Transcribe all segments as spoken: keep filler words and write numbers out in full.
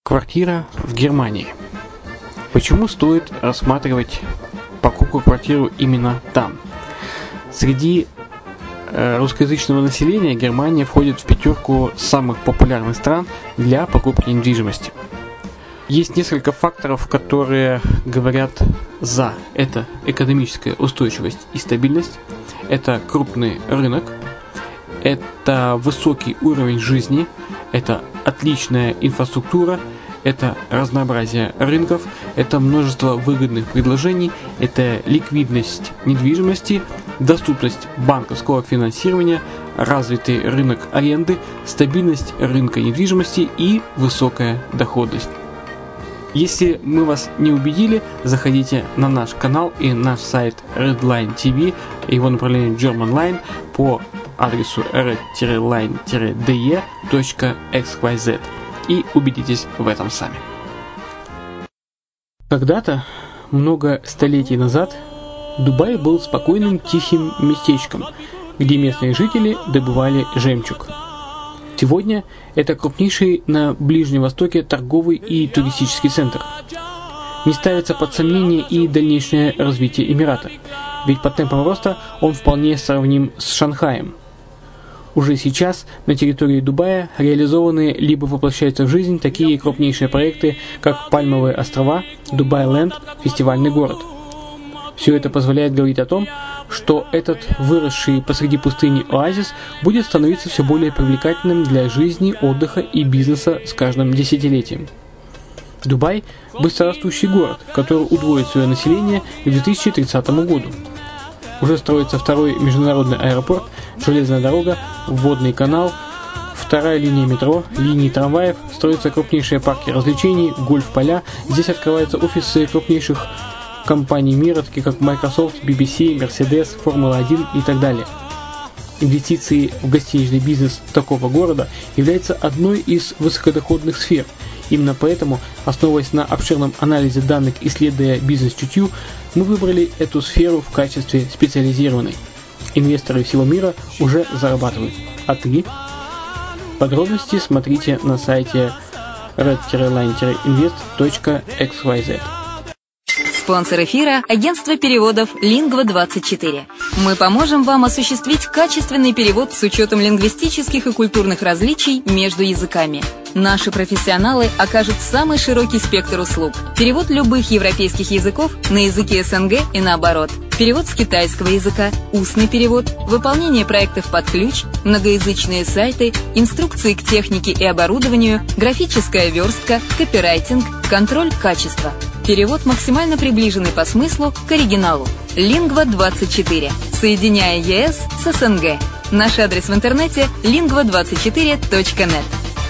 Квартира в Германии. Почему стоит рассматривать покупку квартиры именно там? Среди э, русскоязычного населения Германия входит в пятерку самых популярных стран для покупки недвижимости. Есть несколько факторов, которые говорят за. Это экономическая устойчивость и стабильность, это крупный рынок, это высокий уровень жизни, это отличная инфраструктура, это разнообразие рынков, это множество выгодных предложений, это ликвидность недвижимости, доступность банковского финансирования, развитый рынок аренды, стабильность рынка недвижимости и высокая доходность. Если мы вас не убедили, заходите на наш канал и наш сайт Redline ти ви, его направление Germanline по адресу red line de точка экс уай зет и убедитесь в этом сами. Когда-то, много столетий назад, Дубай был спокойным тихим местечком, где местные жители добывали жемчуг. Сегодня это крупнейший на Ближнем Востоке торговый и туристический центр. Не ставится под сомнение и дальнейшее развитие Эмирата, ведь по темпам роста он вполне сравним с Шанхаем. Уже сейчас на территории Дубая реализованы либо воплощаются в жизнь такие крупнейшие проекты, как Пальмовые острова, Дубай-Ленд, фестивальный город. Все это позволяет говорить о том, что этот выросший посреди пустыни оазис будет становиться все более привлекательным для жизни, отдыха и бизнеса с каждым десятилетием. Дубай – быстрорастущий город, который удвоит свое население к две тысячи тридцатому году. Уже строится второй международный аэропорт, железная дорога, водный канал, вторая линия метро, линии трамваев, строятся крупнейшие парки развлечений, гольф-поля. Здесь открываются офисы крупнейших компаний мира, таких как Microsoft, би би си, Mercedes, Формула один и так далее. Инвестиции в гостиничный бизнес такого города являются одной из высокодоходных сфер. Именно поэтому, основываясь на обширном анализе данных, исследуя бизнес-чутью, мы выбрали эту сферу в качестве специализированной. Инвесторы всего мира уже зарабатывают. А ты? Подробности смотрите на сайте red line invest точка экс уай зет. Спонсор эфира – агентство переводов лингва двадцать четыре. Мы поможем вам осуществить качественный перевод с учетом лингвистических и культурных различий между языками. Наши профессионалы окажут самый широкий спектр услуг. Перевод любых европейских языков на языки эс эн гэ и наоборот. Перевод с китайского языка, устный перевод, выполнение проектов под ключ, многоязычные сайты, инструкции к технике и оборудованию, графическая верстка, копирайтинг, контроль качества. Перевод максимально приближенный по смыслу к оригиналу. лингва двадцать четыре. Соединяя е эс с эс эн гэ. Наш адрес в интернете лингва двадцать четыре точка нет.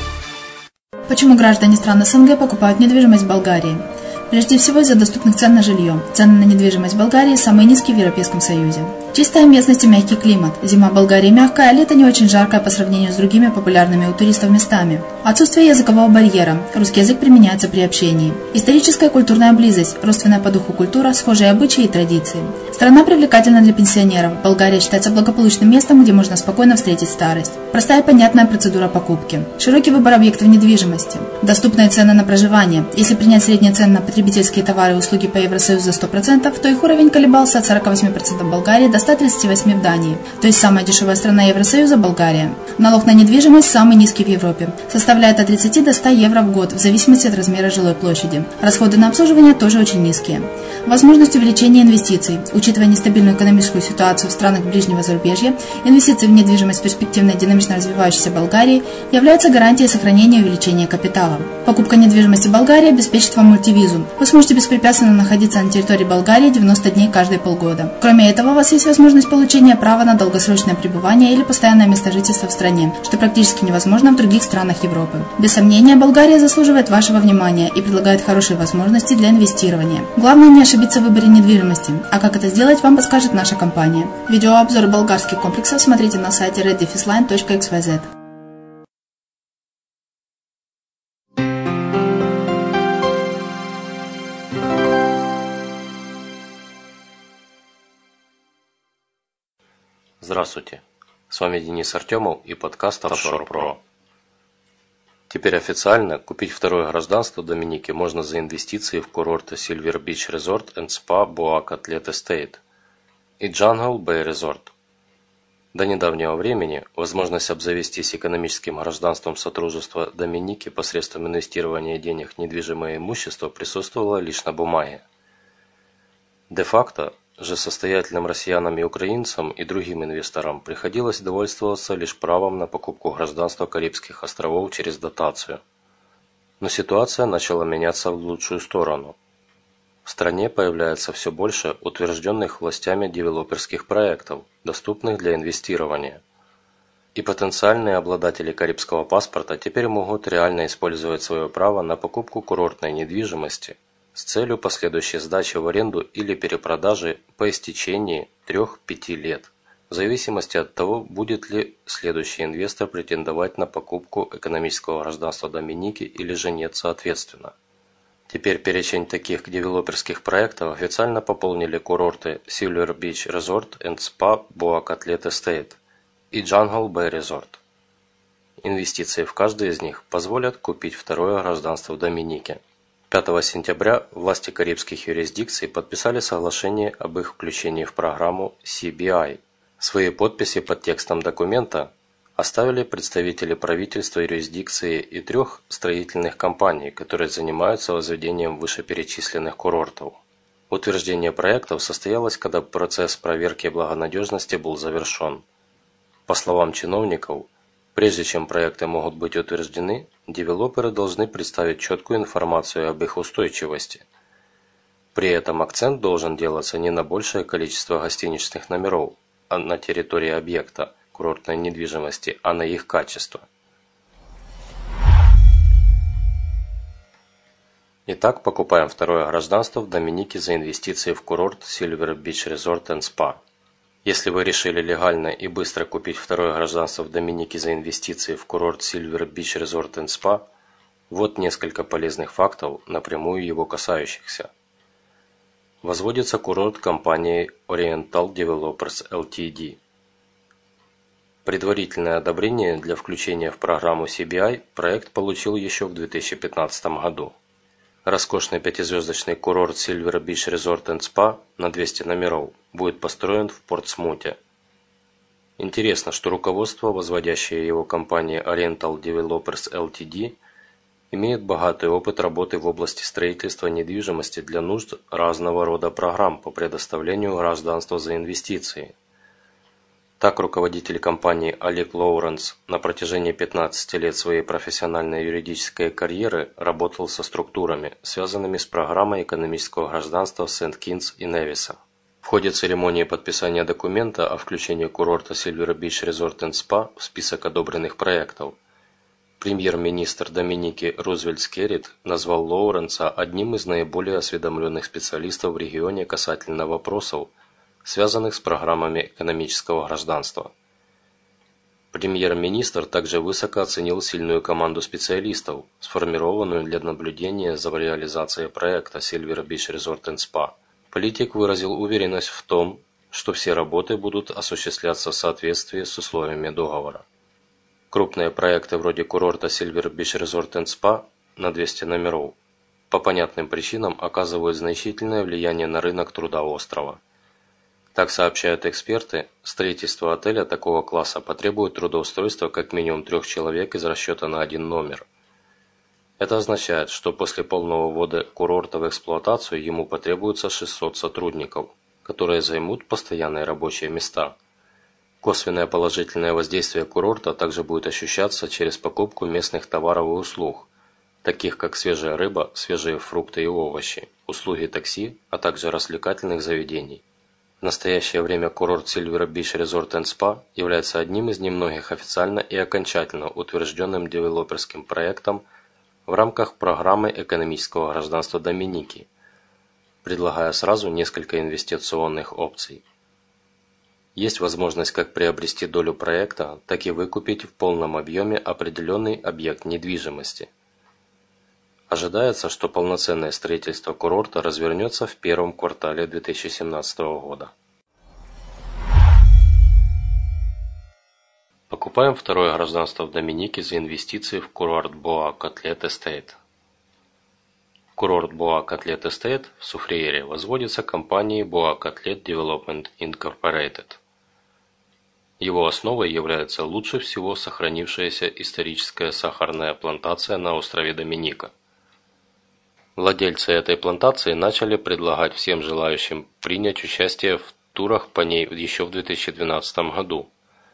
Почему граждане стран эс эн гэ покупают недвижимость в Болгарии? Прежде всего из-за доступных цен на жилье. Цены на недвижимость в Болгарии самые низкие в Европейском Союзе. Чистая местность и мягкий климат. Зима в Болгарии мягкая, а лето не очень жаркое по сравнению с другими популярными у туристов местами. Отсутствие языкового барьера. Русский язык применяется при общении. Историческая и культурная близость. Родственная по духу культура, схожие обычаи и традиции. Страна привлекательна для пенсионеров. Болгария считается благополучным местом, где можно спокойно встретить старость. Простая и понятная процедура покупки. Широкий выбор объектов недвижимости. Доступные цены на проживание. Если принять средние цены на потребительские товары и услуги по Евросоюзу за сто процентов, то их уровень колебался от сорок восемь процентов в Болгарии до ста тридцати восьми процентов в Дании. То есть самая дешевая страна Евросоюза – Болгария. Налог на недвижимость самый низкий в Европе. Составляет от тридцати до ста евро в год, в зависимости от размера жилой площади. Расходы на обслуживание тоже очень низкие. Возможность увеличения инвестиций. Учитывая нестабильную экономическую ситуацию в странах ближнего зарубежья, инвестиции в недвижимость в перспективной динамично развивающейся Болгарии являются гарантией сохранения и увеличения капитала. Покупка недвижимости в Болгарии обеспечит вам мультивизу. Вы сможете беспрепятственно находиться на территории Болгарии девяносто дней каждые полгода. Кроме этого, у вас есть возможность получения права на долгосрочное пребывание или постоянное место жительства в стране, что практически невозможно в других странах Европы. Без сомнения, Болгария заслуживает вашего внимания и предлагает хорошие возможности для инвестирования. Главное не ошибиться в выборе недвижимости, а как это сделать, вам подскажет наша компания. Видеообзор болгарских комплексов смотрите на сайте red line точка экс уай зет. Здравствуйте, с вами Денис Артемов и подкаст Offshore Pro. Теперь официально купить второе гражданство Доминики можно за инвестиции в курорты Silver Beach Resort and Spa Boa Katlet Estate и Jungle Bay Resort. До недавнего времени возможность обзавестись экономическим гражданством Содружества Доминики посредством инвестирования денег в недвижимое имущество присутствовала лишь на бумаге. Де-факто же состоятельным россиянам и украинцам и другим инвесторам приходилось довольствоваться лишь правом на покупку гражданства Карибских островов через дотацию. Но ситуация начала меняться в лучшую сторону. В стране появляется все больше утвержденных властями девелоперских проектов, доступных для инвестирования. И потенциальные обладатели карибского паспорта теперь могут реально использовать свое право на покупку курортной недвижимости с целью последующей сдачи в аренду или перепродажи по истечении трёх-пяти лет, в зависимости от того, будет ли следующий инвестор претендовать на покупку экономического гражданства Доминики или же нет соответственно. Теперь перечень таких девелоперских проектов официально пополнили курорты Silver Beach Resort and Spa Boa Katlet Estate и Jungle Bay Resort. Инвестиции в каждый из них позволят купить второе гражданство в Доминике. пятого сентября власти карибских юрисдикций подписали соглашение об их включении в программу си би ай. Свои подписи под текстом документа оставили представители правительства юрисдикции и трех строительных компаний, которые занимаются возведением вышеперечисленных курортов. Утверждение проектов состоялось, когда процесс проверки благонадежности был завершен. По словам чиновников, прежде чем проекты могут быть утверждены, девелоперы должны представить четкую информацию об их устойчивости. При этом акцент должен делаться не на большее количество гостиничных номеров, а на территории объекта курортной недвижимости, а на их качество. Итак, покупаем второе гражданство в Доминике за инвестиции в курорт Silver Beach Resort and Spa. Если вы решили легально и быстро купить второе гражданство в Доминике за инвестиции в курорт Silver Beach Resort and Spa, вот несколько полезных фактов, напрямую его касающихся. Возводится курорт компанией Oriental Developers эл ти ди. Предварительное одобрение для включения в программу си би ай проект получил еще в две тысячи пятнадцатом году. Роскошный пятизвездочный курорт Silver Beach Resort and Spa на двести номеров будет построен в Портсмуте. Интересно, что руководство, возводящее его компания Oriental Developers эл ти ди, имеет богатый опыт работы в области строительства недвижимости для нужд разного рода программ по предоставлению гражданства за инвестиции. Так, руководитель компании Олег Лоуренс на протяжении пятнадцати лет своей профессиональной юридической карьеры работал со структурами, связанными с программой экономического гражданства Сент-Кинс и Невиса. В ходе церемонии подписания документа о включении курорта Silver Beach Resort and Spa в список одобренных проектов, премьер-министр Доминики Рузвельт Скеррит назвал Лоуренса одним из наиболее осведомленных специалистов в регионе касательно вопросов, связанных с программами экономического гражданства. Премьер-министр также высоко оценил сильную команду специалистов, сформированную для наблюдения за реализацией проекта Silver Beach Resort and Spa. Политик выразил уверенность в том, что все работы будут осуществляться в соответствии с условиями договора. Крупные проекты вроде курорта Silver Beach Resort and Spa на двести номеров по понятным причинам оказывают значительное влияние на рынок труда острова. Так сообщают эксперты, строительство отеля такого класса потребует трудоустройства как минимум трех человек из расчета на один номер. Это означает, что после полного ввода курорта в эксплуатацию ему потребуется шестьсот сотрудников, которые займут постоянные рабочие места. Косвенное положительное воздействие курорта также будет ощущаться через покупку местных товаров и услуг, таких как свежая рыба, свежие фрукты и овощи, услуги такси, а также развлекательных заведений. В настоящее время курорт Silver Beach Resort and Spa является одним из немногих официально и окончательно утвержденным девелоперским проектом в рамках программы экономического гражданства Доминики, предлагая сразу несколько инвестиционных опций. Есть возможность как приобрести долю проекта, так и выкупить в полном объеме определенный объект недвижимости. Ожидается, что полноценное строительство курорта развернется в первом квартале две тысячи семнадцатого года. Покупая Покупаем второе гражданство в Доминике за инвестиции в курорт Boa Katlet Estate. Курорт Boa Katlet Estate в Суфриере возводится компанией Boa Katlet Development Incorporated. Его основой является лучше всего сохранившаяся историческая сахарная плантация на острове Доминика. Владельцы этой плантации начали предлагать всем желающим принять участие в турах по ней еще в две тысячи двенадцатом году.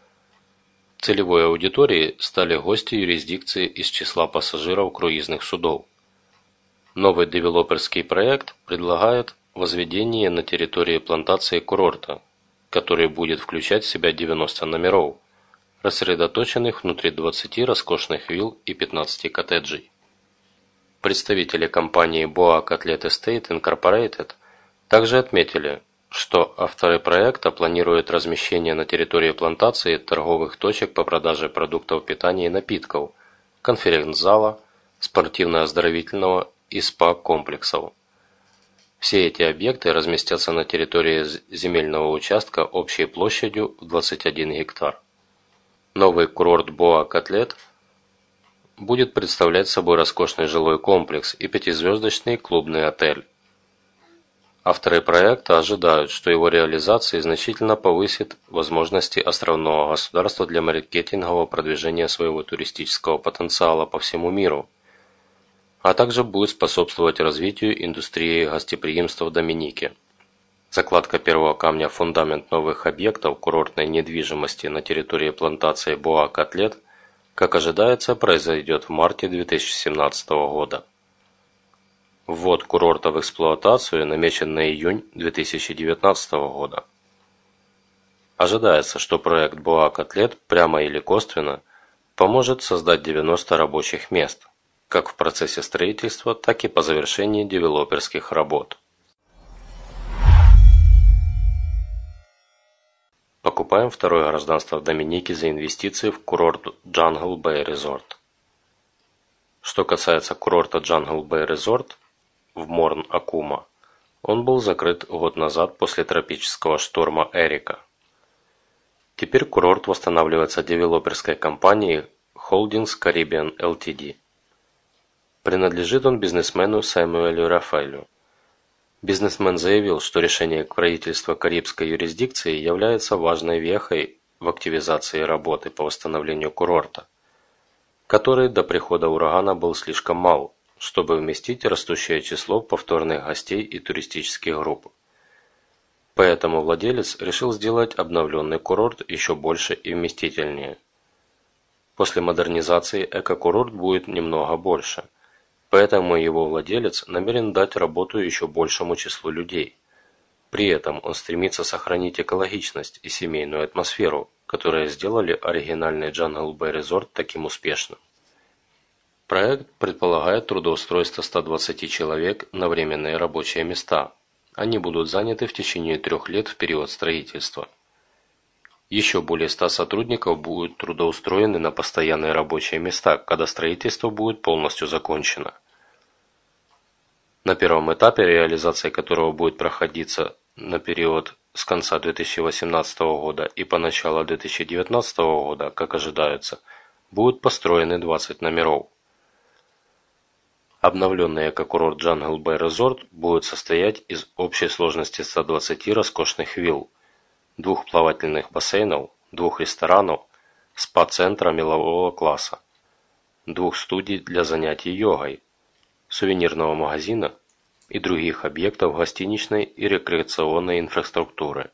Целевой аудиторией стали гости юрисдикции из числа пассажиров круизных судов. Новый девелоперский проект предлагает возведение на территории плантации курорта, который будет включать в себя девяносто номеров, рассредоточенных внутри двадцати роскошных вилл и пятнадцати коттеджей. Представители компании Boa Katlet Estate Incorporated также отметили, что авторы проекта планируют размещение на территории плантации торговых точек по продаже продуктов питания и напитков, конференц-зала, спортивно-оздоровительного и спа-комплексов. Все эти объекты разместятся на территории земельного участка общей площадью в двадцать один гектар. Новый курорт Boa Katlet будет представлять собой роскошный жилой комплекс и пятизвездочный клубный отель. Авторы проекта ожидают, что его реализация значительно повысит возможности островного государства для маркетингового продвижения своего туристического потенциала по всему миру, а также будет способствовать развитию индустрии гостеприимства в Доминике. Закладка первого камня в фундамент новых объектов курортной недвижимости на территории плантации Boa Katlet, как ожидается, произойдет в марте две тысячи семнадцатого года. Ввод курорта в эксплуатацию намечен на июнь две тысячи девятнадцатого года. Ожидается, что проект Boa Katlet прямо или косвенно поможет создать девяносто рабочих мест, как в процессе строительства, так и по завершении девелоперских работ. Покупаем второе гражданство в Доминике за инвестиции в курорт Jungle Bay Resort. Что касается курорта Jungle Bay Resort в Морн-Акума, он был закрыт год назад после тропического шторма Эрика. Теперь курорт восстанавливается девелоперской компанией Holdings Caribbean Ltd. Принадлежит он бизнесмену Сэмюэлю Рафаэлю. Бизнесмен заявил, что решение правительства карибской юрисдикции является важной вехой в активизации работы по восстановлению курорта, который до прихода урагана был слишком мал, чтобы вместить растущее число повторных гостей и туристических групп. Поэтому владелец решил сделать обновленный курорт еще больше и вместительнее. После модернизации эко-курорт будет немного больше, поэтому его владелец намерен дать работу еще большему числу людей. При этом он стремится сохранить экологичность и семейную атмосферу, которые сделали оригинальный Jungle Bay Resort таким успешным. Проект предполагает трудоустройство ста двадцати человек на временные рабочие места. Они будут заняты в течение трех лет в период строительства. Еще более ста сотрудников будут трудоустроены на постоянные рабочие места, когда строительство будет полностью закончено. На первом этапе, реализация которого будет проходиться на период с конца две тысячи восемнадцатого года и по начало две тысячи девятнадцатого года, как ожидается, будут построены двадцать номеров. Обновленный эко-курорт Jungle Bay Resort будет состоять из общей сложности ста двадцати роскошных вилл, двух плавательных бассейнов, двух ресторанов, спа-центра мелового класса, двух студий для занятий йогой, сувенирного магазина и других объектов гостиничной и рекреационной инфраструктуры.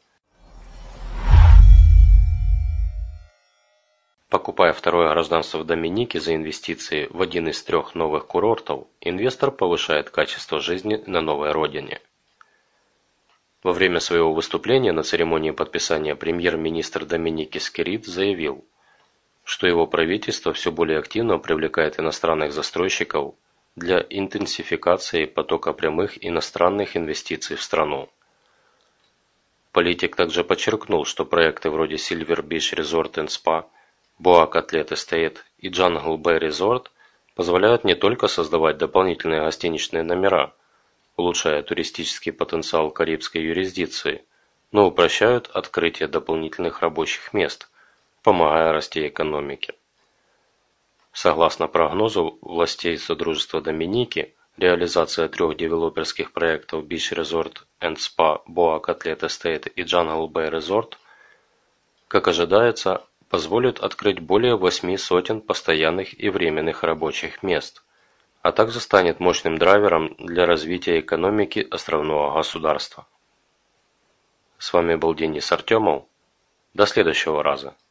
Покупая второе гражданство в Доминике за инвестиции в один из трех новых курортов, инвестор повышает качество жизни на новой родине. Во время своего выступления на церемонии подписания премьер-министр Доминики Скерит заявил, что его правительство все более активно привлекает иностранных застройщиков для интенсификации потока прямых иностранных инвестиций в страну. Политик также подчеркнул, что проекты вроде Silver Beach Resort and Spa, Boa Katlet Estate и Jungle Bay Resort позволяют не только создавать дополнительные гостиничные номера, улучшая туристический потенциал карибской юрисдикции, но упрощают открытие дополнительных рабочих мест, помогая расти экономике. Согласно прогнозу властей Содружества Доминики, реализация трех девелоперских проектов Beach Resort and Spa, Boa Котlet Estate и Jungle Bay Resort, как ожидается, позволит открыть более восьми сотен постоянных и временных рабочих мест, а также станет мощным драйвером для развития экономики островного государства. С вами был Денис Артемов. До следующего раза.